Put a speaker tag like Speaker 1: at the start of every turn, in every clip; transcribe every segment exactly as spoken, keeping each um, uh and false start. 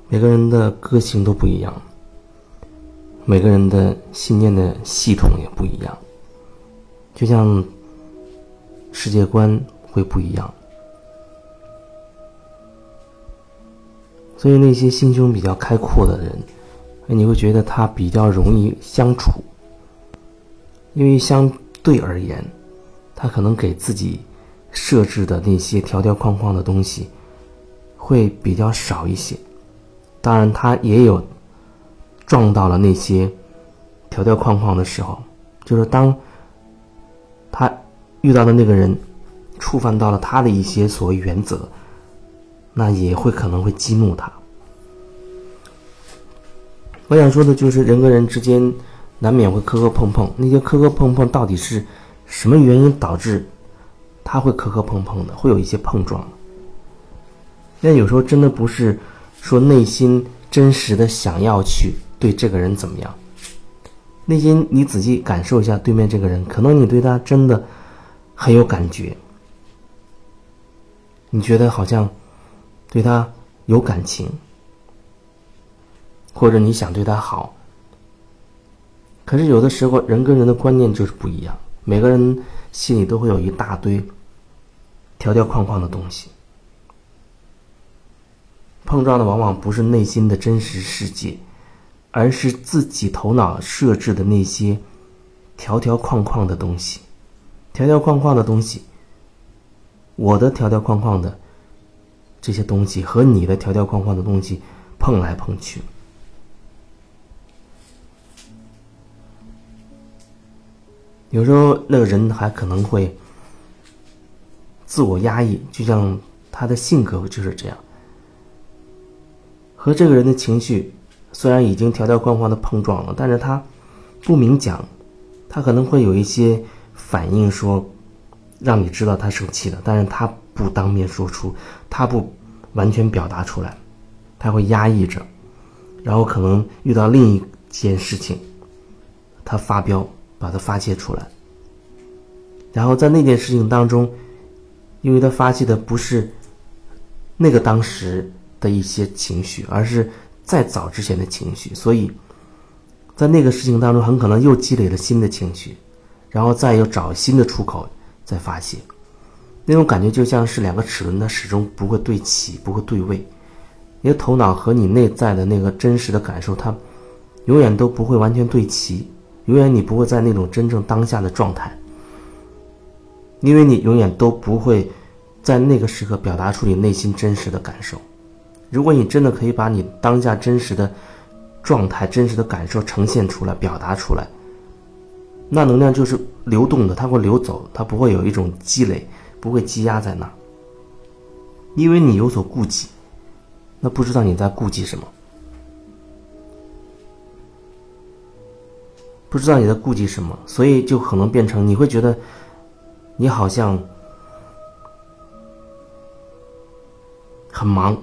Speaker 1: 每个人的个性都不一样，每个人的信念的系统也不一样，就像世界观会不一样。所以那些心胸比较开阔的人，你会觉得他比较容易相处，因为相对而言，他可能给自己设置的那些条条框框的东西会比较少一些。当然他也有撞到了那些条条框框的时候，就是当他遇到的那个人触犯到了他的一些所谓原则，那也会可能会激怒他。我想说的就是人跟人之间难免会磕磕碰碰，那些磕磕碰碰到底是什么原因导致他会磕磕碰碰的，会有一些碰撞。那有时候真的不是说内心真实的想要去对这个人怎么样，内心你仔细感受一下对面这个人，可能你对他真的很有感觉，你觉得好像对他有感情，或者你想对他好。可是有的时候人跟人的观念就是不一样，每个人心里都会有一大堆条条框框的东西，碰撞的往往不是内心的真实世界，而是自己头脑设置的那些条条框框的东西。条条框框的东西，我的条条框框的这些东西和你的条条框框的东西碰来碰去，有时候那个人还可能会自我压抑，就像他的性格就是这样。和这个人的情绪虽然已经条条框框的碰撞了，但是他不明讲，他可能会有一些反应说让你知道他生气了，但是他不当面说出，他不完全表达出来，他会压抑着，然后可能遇到另一件事情他发飙，把它发泄出来，然后在那件事情当中，因为他发泄的不是那个当时的一些情绪，而是再早之前的情绪，所以在那个事情当中很可能又积累了新的情绪，然后再又找新的出口再发泄。那种感觉就像是两个齿轮它始终不会对齐，不会对位，你的头脑和你内在的那个真实的感受它永远都不会完全对齐，永远你不会在那种真正当下的状态，因为你永远都不会在那个时刻表达出你内心真实的感受。如果你真的可以把你当下真实的状态、真实的感受呈现出来、表达出来，那能量就是流动的，它会流走，它不会有一种积累，不会积压在那，因为你有所顾忌，那不知道你在顾忌什么，不知道你在顾忌什么，所以就可能变成你会觉得你好像很忙，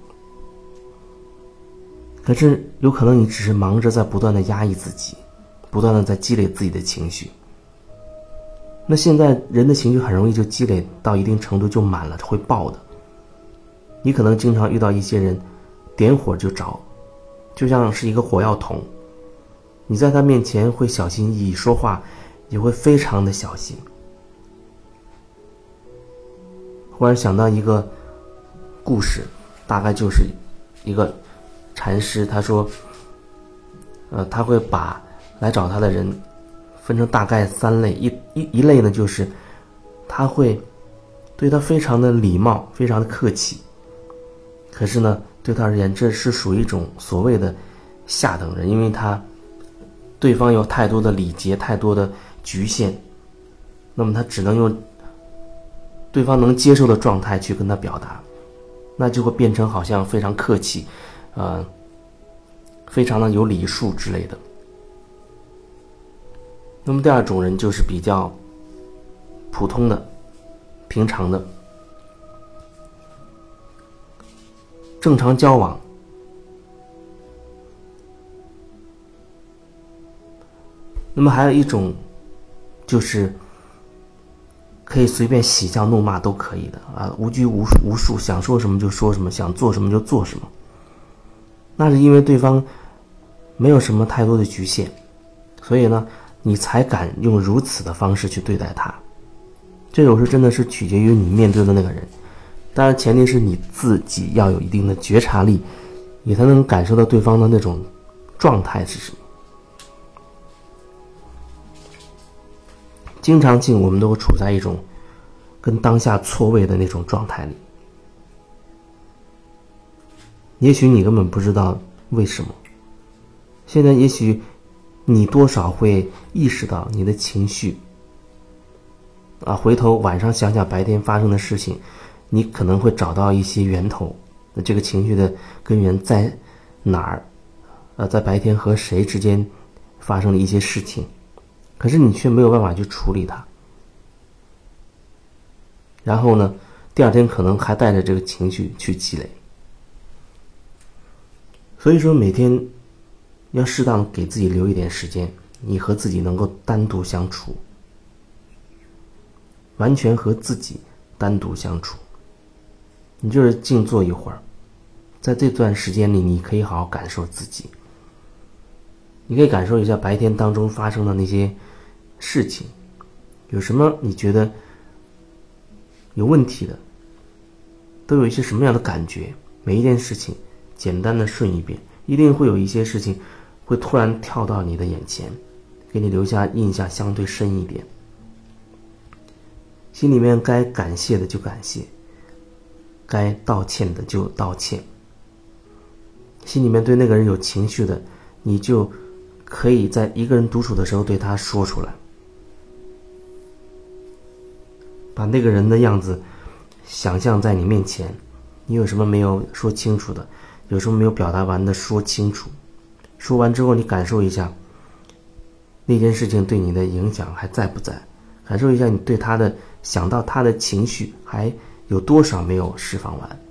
Speaker 1: 可是有可能你只是忙着在不断的压抑自己，不断的在积累自己的情绪。那现在人的情绪很容易就积累到一定程度就满了，会爆的。你可能经常遇到一些人点火就着，就像是一个火药桶，你在他面前会小心翼翼，说话也会非常的小心。忽然想到一个故事，大概就是一个禅师，他说呃，他会把来找他的人分成大概三类，一一一类呢就是他会对他非常的礼貌，非常的客气，可是呢对他而言这是属于一种所谓的下等人，因为他对方有太多的礼节，太多的局限，那么他只能用对方能接受的状态去跟他表达，那就会变成好像非常客气，呃，非常的有礼数之类的。那么第二种人就是比较普通的、平常的、正常交往。那么还有一种就是可以随便喜笑怒骂都可以的啊，无拘无无束，想说什么就说什么，想做什么就做什么。 那是因为对方没有什么太多的局限，所以呢，你才敢用如此的方式去对待他。这有时真的是取决于你面对的那个人，当然前提是你自己要有一定的觉察力，你才能感受到对方的那种状态是什么。经常性我们都会处在一种跟当下错位的那种状态里，也许你根本不知道为什么，现在也许你多少会意识到你的情绪啊，回头晚上想想白天发生的事情，你可能会找到一些源头，那这个情绪的根源在哪儿？呃，在白天和谁之间发生了一些事情，可是你却没有办法去处理它。然后呢，第二天可能还带着这个情绪去积累。所以说每天要适当给自己留一点时间，你和自己能够单独相处，完全和自己单独相处，你就是静坐一会儿，在这段时间里你可以好好感受自己，你可以感受一下白天当中发生的那些事情，有什么你觉得有问题的，都有一些什么样的感觉，每一件事情简单的顺一遍，一定会有一些事情会突然跳到你的眼前，给你留下印象相对深一点。心里面该感谢的就感谢，该道歉的就道歉，心里面对那个人有情绪的，你就可以在一个人独处的时候对他说出来，把那个人的样子想象在你面前，你有什么没有说清楚的，有什么没有表达完的说清楚，说完之后你感受一下那件事情对你的影响还在不在，感受一下你对他的想到他的情绪还有多少没有释放完，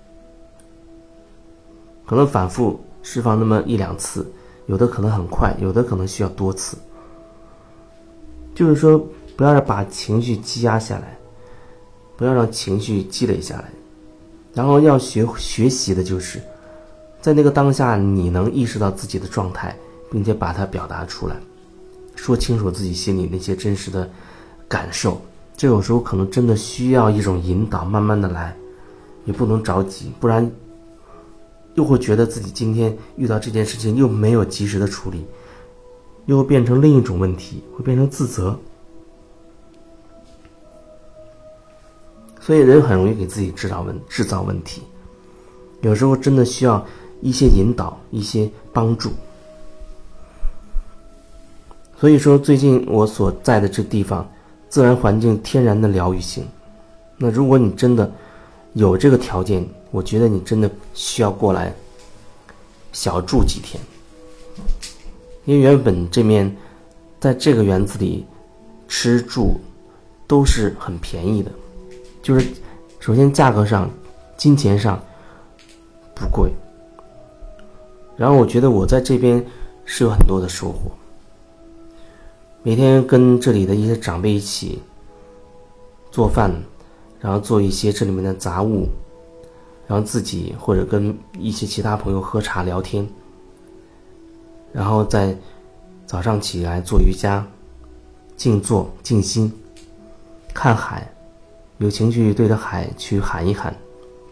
Speaker 1: 可能反复释放那么一两次，有的可能很快，有的可能需要多次。就是说不要把情绪积压下来，不要让情绪积累下来，然后要学学习的就是在那个当下你能意识到自己的状态，并且把它表达出来，说清楚自己心里那些真实的感受。这有时候可能真的需要一种引导，慢慢的来，也不能着急，不然又会觉得自己今天遇到这件事情又没有及时的处理，又会变成另一种问题，会变成自责。所以人很容易给自己制造问制造问题，有时候真的需要一些引导，一些帮助。所以说最近我所在的这地方自然环境天然的疗愈性，那如果你真的有这个条件，我觉得你真的需要过来小住几天。因为原本这面在这个园子里吃住都是很便宜的，就是首先价格上金钱上不贵，然后我觉得我在这边是有很多的收获，每天跟这里的一些长辈一起做饭，然后做一些这里面的杂物，然后自己或者跟一些其他朋友喝茶聊天，然后在早上起来做瑜伽，静坐静心，看海，有情绪对着海去喊一喊，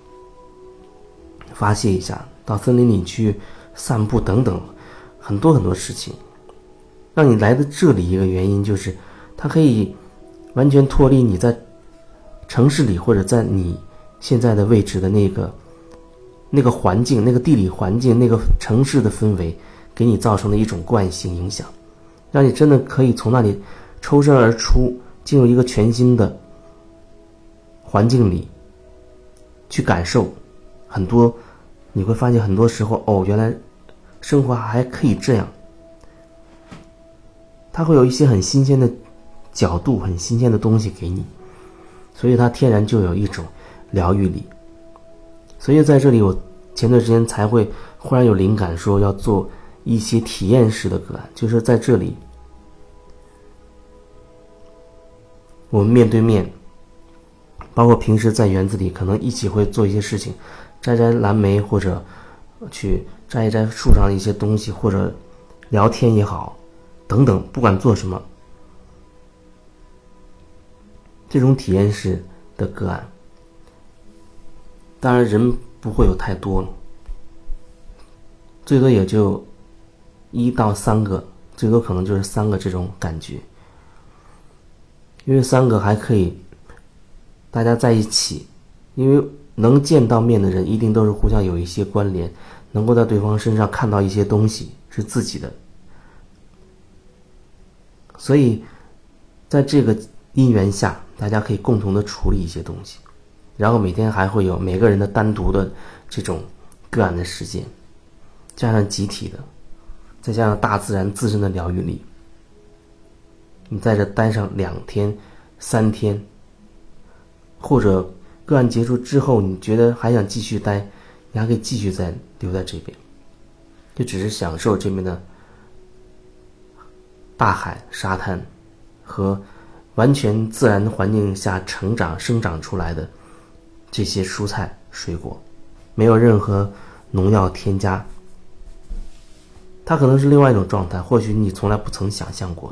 Speaker 1: 发泄一下，到森林里去散步等等，很多很多事情。让你来的这里一个原因就是它可以完全脱离你在城市里或者在你现在的位置的那个那个环境，那个地理环境，那个城市的氛围给你造成的一种惯性影响，让你真的可以从那里抽身而出，进入一个全新的环境里去感受很多。你会发现很多时候，哦，原来生活还可以这样，它会有一些很新鲜的角度，很新鲜的东西给你，所以它天然就有一种疗愈力。所以在这里我前段时间才会忽然有灵感，说要做一些体验式的个案，就是在这里我们面对面，包括平时在园子里可能一起会做一些事情，摘摘蓝莓或者去摘一摘树上的一些东西，或者聊天也好，等等，不管做什么，这种体验式的个案，当然人不会有太多了，最多也就一到三个，最多可能就是三个这种感觉，因为三个还可以大家在一起，因为能见到面的人一定都是互相有一些关联，能够在对方身上看到一些东西是自己的，所以在这个因缘下，大家可以共同的处理一些东西，然后每天还会有每个人的单独的这种个案的时间，加上集体的，再加上大自然自身的疗愈力，你在这待上两天三天，或者个案结束之后你觉得还想继续待，你还可以继续再留在这边，就只是享受这边的大海沙滩和完全自然环境下成长生长出来的这些蔬菜水果，没有任何农药添加，它可能是另外一种状态，或许你从来不曾想象过的。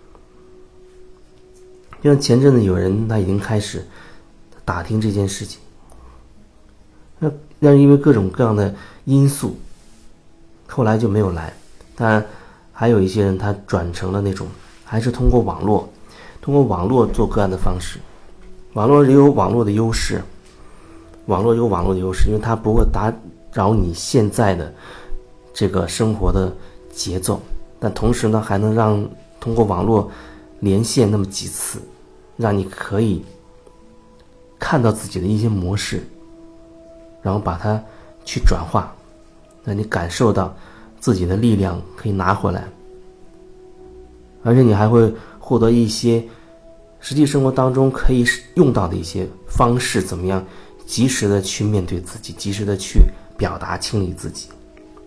Speaker 1: 就像前阵子有人他已经开始打听这件事情，那但是因为各种各样的因素，后来就没有来。当然还有一些人他转成了那种还是通过网络通过网络做个案的方式，网络也有网络的优势，网络有网络的优势，因为它不会打扰你现在的这个生活的节奏，但同时呢还能让通过网络连线那么几次，让你可以看到自己的一些模式，然后把它去转化，让你感受到自己的力量可以拿回来，而且你还会获得一些实际生活当中可以用到的一些方式，怎么样及时的去面对自己，及时的去表达清理自己。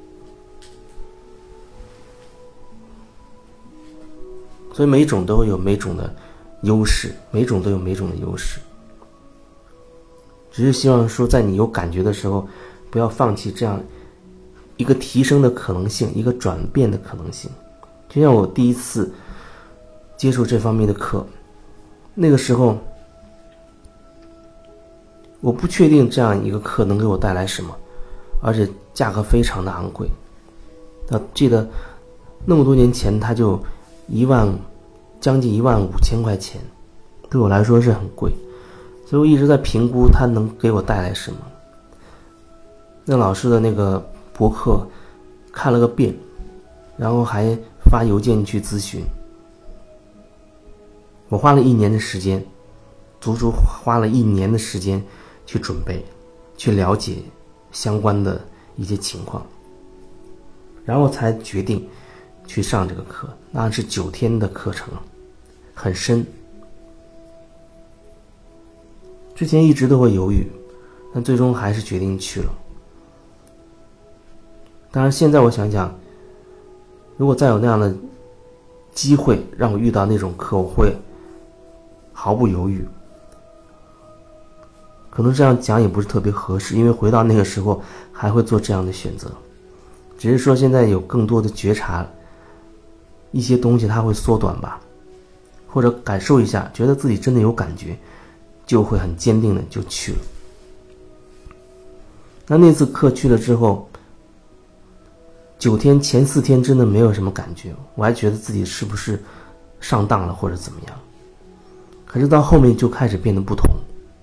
Speaker 1: 所以每种都有每种的优势，每种都有每种的优势，只是希望说在你有感觉的时候，不要放弃这样一个提升的可能性，一个转变的可能性。就像我第一次接触这方面的课，那个时候我不确定这样一个课能给我带来什么，而且价格非常的昂贵。我记得那么多年前它就一万将近一万五千块钱，对我来说是很贵，所以我一直在评估它能给我带来什么。那老师的那个博客看了个遍，然后还发邮件去咨询，我花了一年的时间，足足花了一年的时间去准备，去了解相关的一些情况，然后才决定去上这个课。那是九天的课程，很深，之前一直都会犹豫，但最终还是决定去了。当然现在我想想，如果再有那样的机会让我遇到那种课，我会毫不犹豫。可能这样讲也不是特别合适，因为回到那个时候还会做这样的选择，只是说现在有更多的觉察，一些东西它会缩短吧，或者感受一下，觉得自己真的有感觉，就会很坚定的就去了。那那次课去了之后，九天前四天真的没有什么感觉，我还觉得自己是不是上当了或者怎么样，可是到后面就开始变得不同。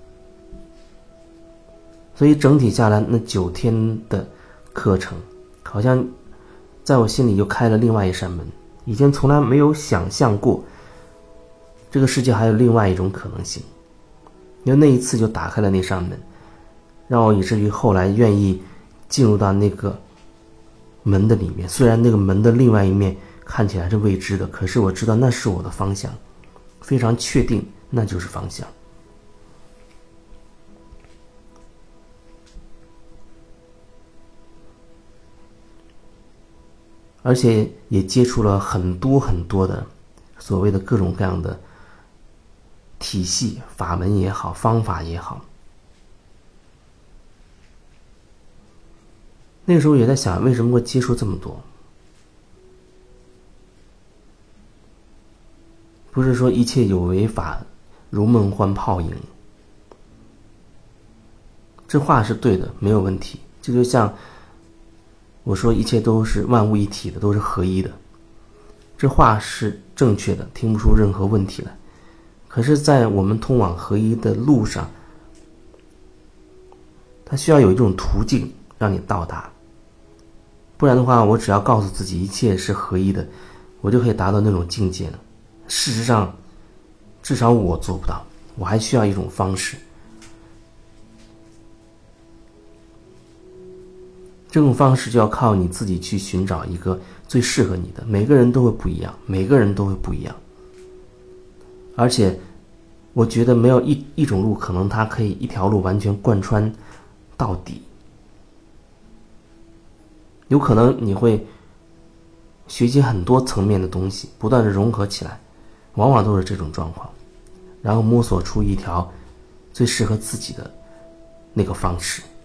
Speaker 1: 所以整体下来那九天的课程好像在我心里又开了另外一扇门，以前从来没有想象过这个世界还有另外一种可能性，因为那一次就打开了那扇门，让我以至于后来愿意进入到那个门的里面。虽然那个门的另外一面看起来是未知的，可是我知道那是我的方向，非常确定那就是方向。而且也接触了很多很多的所谓的各种各样的体系法门也好，方法也好。 那个时候也在想，为什么会接触这么多？不是说一切有为法，如梦幻泡影。这话是对的，没有问题。这就像我说，一切都是万物一体的，都是合一的。这话是正确的，听不出任何问题来。可是在我们通往合一的路上，它需要有一种途径让你到达。不然的话，我只要告诉自己一切是合一的，我就可以达到那种境界了。事实上，至少我做不到，我还需要一种方式。这种方式就要靠你自己去寻找一个最适合你的。每个人都会不一样，每个人都会不一样。而且，我觉得没有一一种路可能它可以一条路完全贯穿到底。有可能你会学习很多层面的东西，不断的融合起来，往往都是这种状况，然后摸索出一条最适合自己的那个方式。